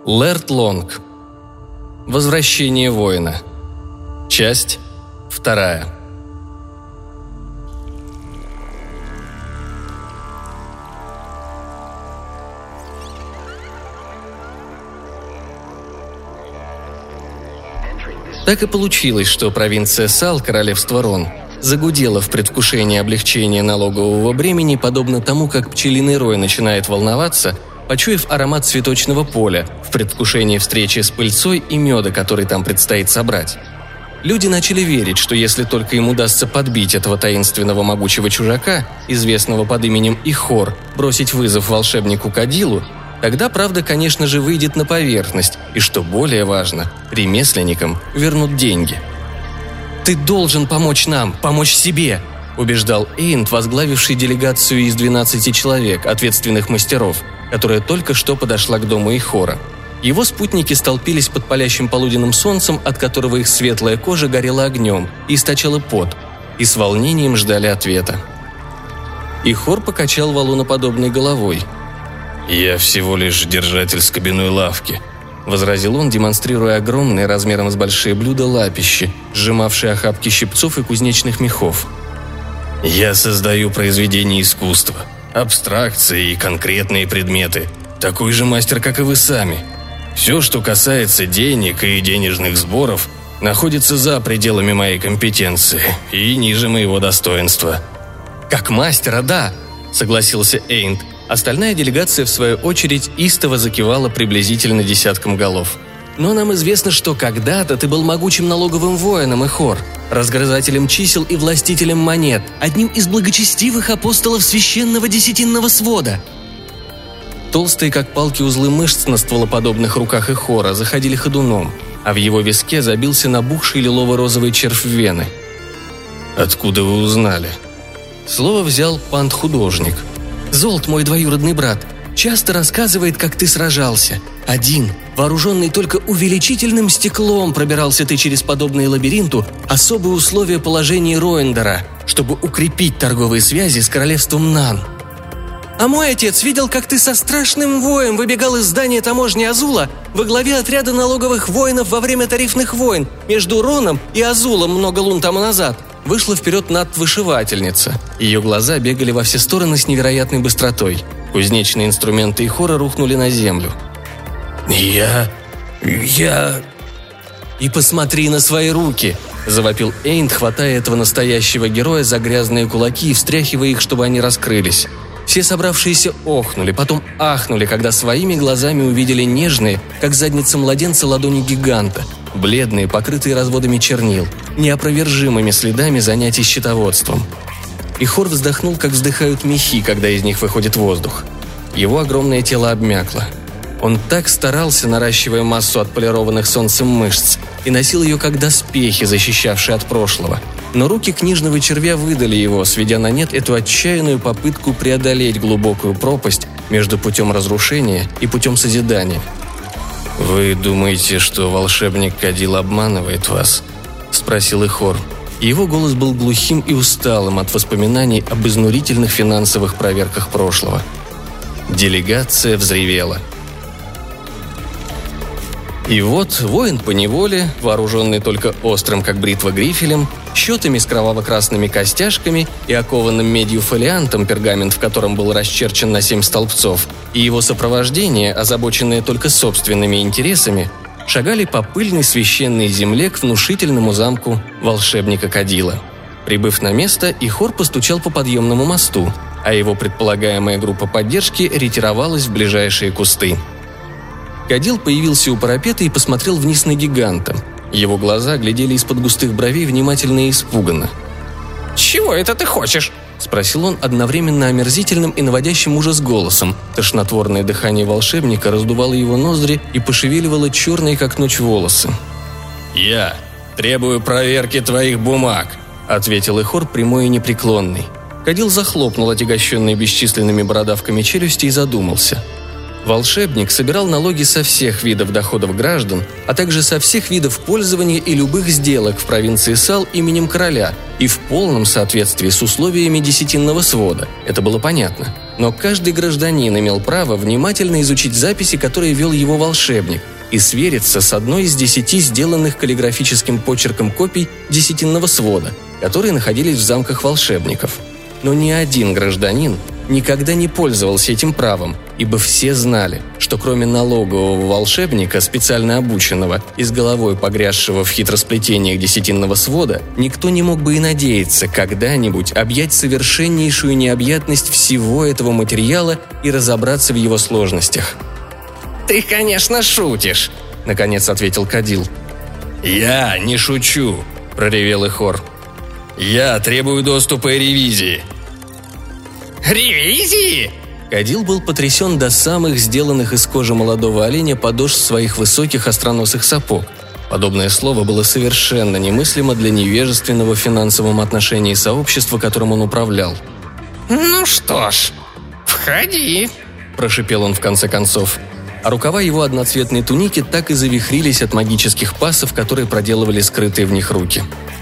Лэрд Лонг. Возвращение воина. Часть 2. Так и получилось, что провинция Сал, королевство Рон, загудела в предвкушении облегчения налогового бремени, подобно тому, как пчелиный рой начинает волноваться, почуяв аромат цветочного поля, в предвкушении встречи с пыльцой и меда, который там предстоит собрать. Люди начали верить, что если только им удастся подбить этого таинственного могучего чужака, известного под именем Ихор, бросить вызов волшебнику Кадилу, тогда правда, конечно же, выйдет на поверхность, и, что более важно, ремесленникам вернут деньги. «Ты должен помочь нам, помочь себе», – убеждал Эйнт, возглавивший делегацию из 12 человек, ответственных мастеров, которая только что подошла к дому Ихора. Его спутники столпились под палящим полуденным солнцем, от которого их светлая кожа горела огнем и источала пот, и с волнением ждали ответа. Ихор покачал валуноподобной головой. «Я всего лишь держатель скобяной лавки», – возразил он, демонстрируя огромные, размером с большие блюда, лапищи, сжимавшие охапки щипцов и кузнечных мехов. «Я создаю произведения искусства, абстракции и конкретные предметы. Такой же мастер, как и вы сами. Все, что касается денег и денежных сборов, находится за пределами моей компетенции и ниже моего достоинства». «Как мастера, да», – согласился Эйнт. Остальная делегация, в свою очередь, истово закивала приблизительно десятком голов. «Но нам известно, что когда-то ты был могучим налоговым воином, Ихор, разгрызателем чисел и властителем монет, одним из благочестивых апостолов священного десятинного свода». Толстые, как палки, узлы мышц на стволоподобных руках Ихора заходили ходуном, а в его виске забился набухший лилово-розовый червь вены. «Откуда вы узнали?» Слово взял пант-художник. «Золт, мой двоюродный брат, часто рассказывает, как ты сражался. Один, вооруженный только увеличительным стеклом, пробирался ты через подобные лабиринту особые условия положения Роэндера, чтобы укрепить торговые связи с королевством Нан. А мой отец видел, как ты со страшным воем выбегал из здания таможни Азула во главе отряда налоговых воинов во время тарифных войн между Роном и Азулом много лун тому назад». Вышла вперед надвышивательница. Ее глаза бегали во все стороны с невероятной быстротой. Кузнечные инструменты Ихора рухнули на землю. «Я... «И посмотри на свои руки!» – завопил Эйнт, хватая этого настоящего героя за грязные кулаки и встряхивая их, чтобы они раскрылись. Все собравшиеся охнули, потом ахнули, когда своими глазами увидели нежные, как задница младенца, ладони гиганта, бледные, покрытые разводами чернил, неопровержимыми следами занятий счетоводством. Ихор вздохнул, как вздыхают мехи, когда из них выходит воздух. Его огромное тело обмякло. Он так старался, наращивая массу отполированных солнцем мышц, и носил ее как доспехи, защищавшие от прошлого. Но руки книжного червя выдали его, сведя на нет эту отчаянную попытку преодолеть глубокую пропасть между путем разрушения и путем созидания. «Вы думаете, что волшебник Кадил обманывает вас?» – спросил Ихор. Его голос был глухим и усталым от воспоминаний об изнурительных финансовых проверках прошлого. Делегация взревела. И вот воин поневоле, вооруженный только острым, как бритва, грифелем, счетами с кроваво-красными костяшками и окованным медью фолиантом, пергамент в котором был расчерчен на 7 столбцов, и его сопровождение, озабоченное только собственными интересами, шагали по пыльной священной земле к внушительному замку волшебника Кадила. Прибыв на место, Ихор постучал по подъемному мосту, а его предполагаемая группа поддержки ретировалась в ближайшие кусты. Кадил появился у парапета и посмотрел вниз на гиганта. Его глаза глядели из-под густых бровей внимательно и испуганно. «Чего это ты хочешь?» – спросил он одновременно омерзительным и наводящим ужас голосом. Тошнотворное дыхание волшебника раздувало его ноздри и пошевеливало черные, как ночь, волосы. «Я требую проверки твоих бумаг», – ответил Ихор, прямой и непреклонный. Кадил захлопнул отягощенные бесчисленными бородавками челюсти и задумался. Волшебник собирал налоги со всех видов доходов граждан, а также со всех видов пользования и любых сделок в провинции Сал именем короля и в полном соответствии с условиями десятинного свода. Это было понятно. Но каждый гражданин имел право внимательно изучить записи, которые вел его волшебник, и свериться с одной из 10 сделанных каллиграфическим почерком копий десятинного свода, которые находились в замках волшебников. Но ни один гражданин никогда не пользовался этим правом, ибо все знали, что кроме налогового волшебника, специально обученного и с головой погрязшего в хитросплетениях десятинного свода, никто не мог бы и надеяться когда-нибудь объять совершеннейшую необъятность всего этого материала и разобраться в его сложностях. Ты, конечно, шутишь, наконец ответил Кадил. «Я не шучу», – проревел Ихор. «Я требую доступа и ревизии». Ревизии? Кадил был потрясен до самых сделанных из кожи молодого оленя подошв своих высоких остроносых сапог. Подобное слово было совершенно немыслимо для невежественного в финансовом отношении сообщества, которым он управлял. Ну что ж, входи, прошипел он в конце концов. А рукава его одноцветной туники так и завихрились от магических пассов, которые проделывали скрытые в них руки.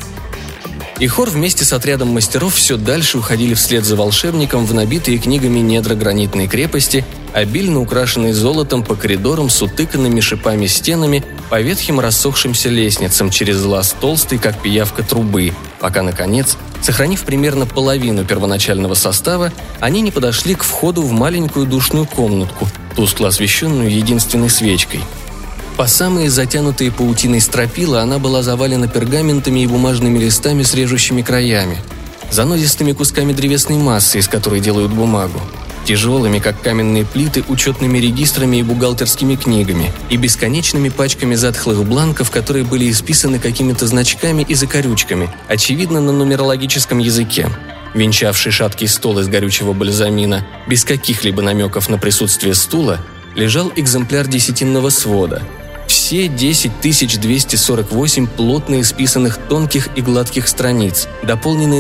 Ихор вместе с отрядом мастеров все дальше уходили вслед за волшебником в набитые книгами недра гранитной крепости, обильно украшенные золотом по коридорам с утыканными шипами стенами, по ветхим рассохшимся лестницам через лаз толстой, как пиявка, трубы, пока, наконец, сохранив примерно половину первоначального состава, они не подошли к входу в маленькую душную комнатку, тускло освещенную единственной свечкой. По самые затянутые паутиной стропила она была завалена пергаментами и бумажными листами с режущими краями, занозистыми кусками древесной массы, из которой делают бумагу, тяжелыми, как каменные плиты, учетными регистрами и бухгалтерскими книгами, и бесконечными пачками затхлых бланков, которые были исписаны какими-то значками и закорючками, очевидно, на нумерологическом языке. Венчавший шаткий стол из горючего бальзамина, без каких-либо намеков на присутствие стула, лежал экземпляр десятинного свода. Все 10 248 плотно исписанных тонких и гладких страниц, дополненные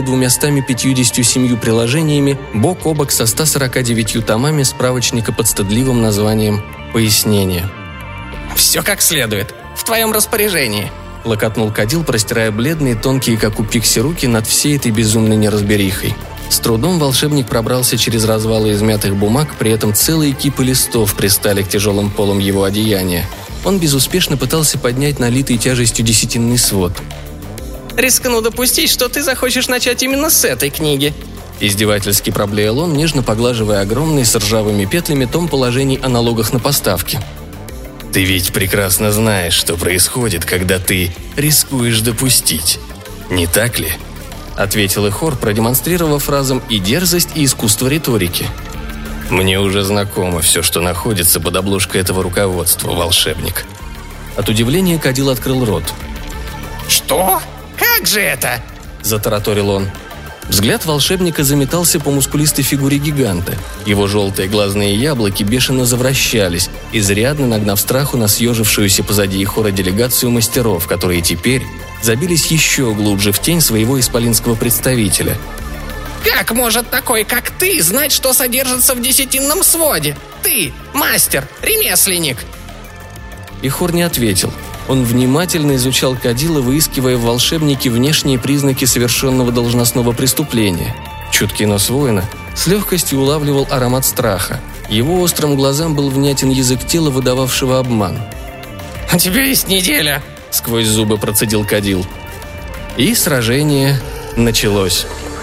257 приложениями, бок о бок со 149 томами справочника под стыдливым названием «Пояснение». «Все как следует. В твоем распоряжении», – локотнул Кадил, простирая бледные, тонкие, как у Пикси, руки над всей этой безумной неразберихой. С трудом волшебник пробрался через развалы измятых бумаг, при этом целые кипы листов пристали к тяжелым полам его одеяния. Он безуспешно пытался поднять налитый тяжестью десятинный свод. «Рискну допустить, что ты захочешь начать именно с этой книги», – издевательски проблеял он, нежно поглаживая огромный с ржавыми петлями том положений о налогах на поставки. «Ты ведь прекрасно знаешь, что происходит, когда ты рискуешь допустить, не так ли?» – ответил Ихор, продемонстрировав разом и дерзость, и искусство риторики. «Мне уже знакомо все, что находится под обложкой этого руководства, волшебник». От удивления Кадил открыл рот. «Что? Как же это?» – затараторил он. Взгляд волшебника заметался по мускулистой фигуре гиганта. Его желтые глазные яблоки бешено завращались, изрядно нагнав страху на съежившуюся позади Ихора делегацию мастеров, которые теперь забились еще глубже в тень своего исполинского представителя. «Как может такой, как ты, знать, что содержится в десятинном своде? Ты, мастер, ремесленник!» Ихор не ответил. Он внимательно изучал Кадила, выискивая в волшебнике внешние признаки совершенного должностного преступления. Чуткий нос воина с легкостью улавливал аромат страха. Его острым глазам был внятен язык тела, выдававшего обман. «У тебя есть неделя!» — сквозь зубы процедил Кадил. И сражение началось.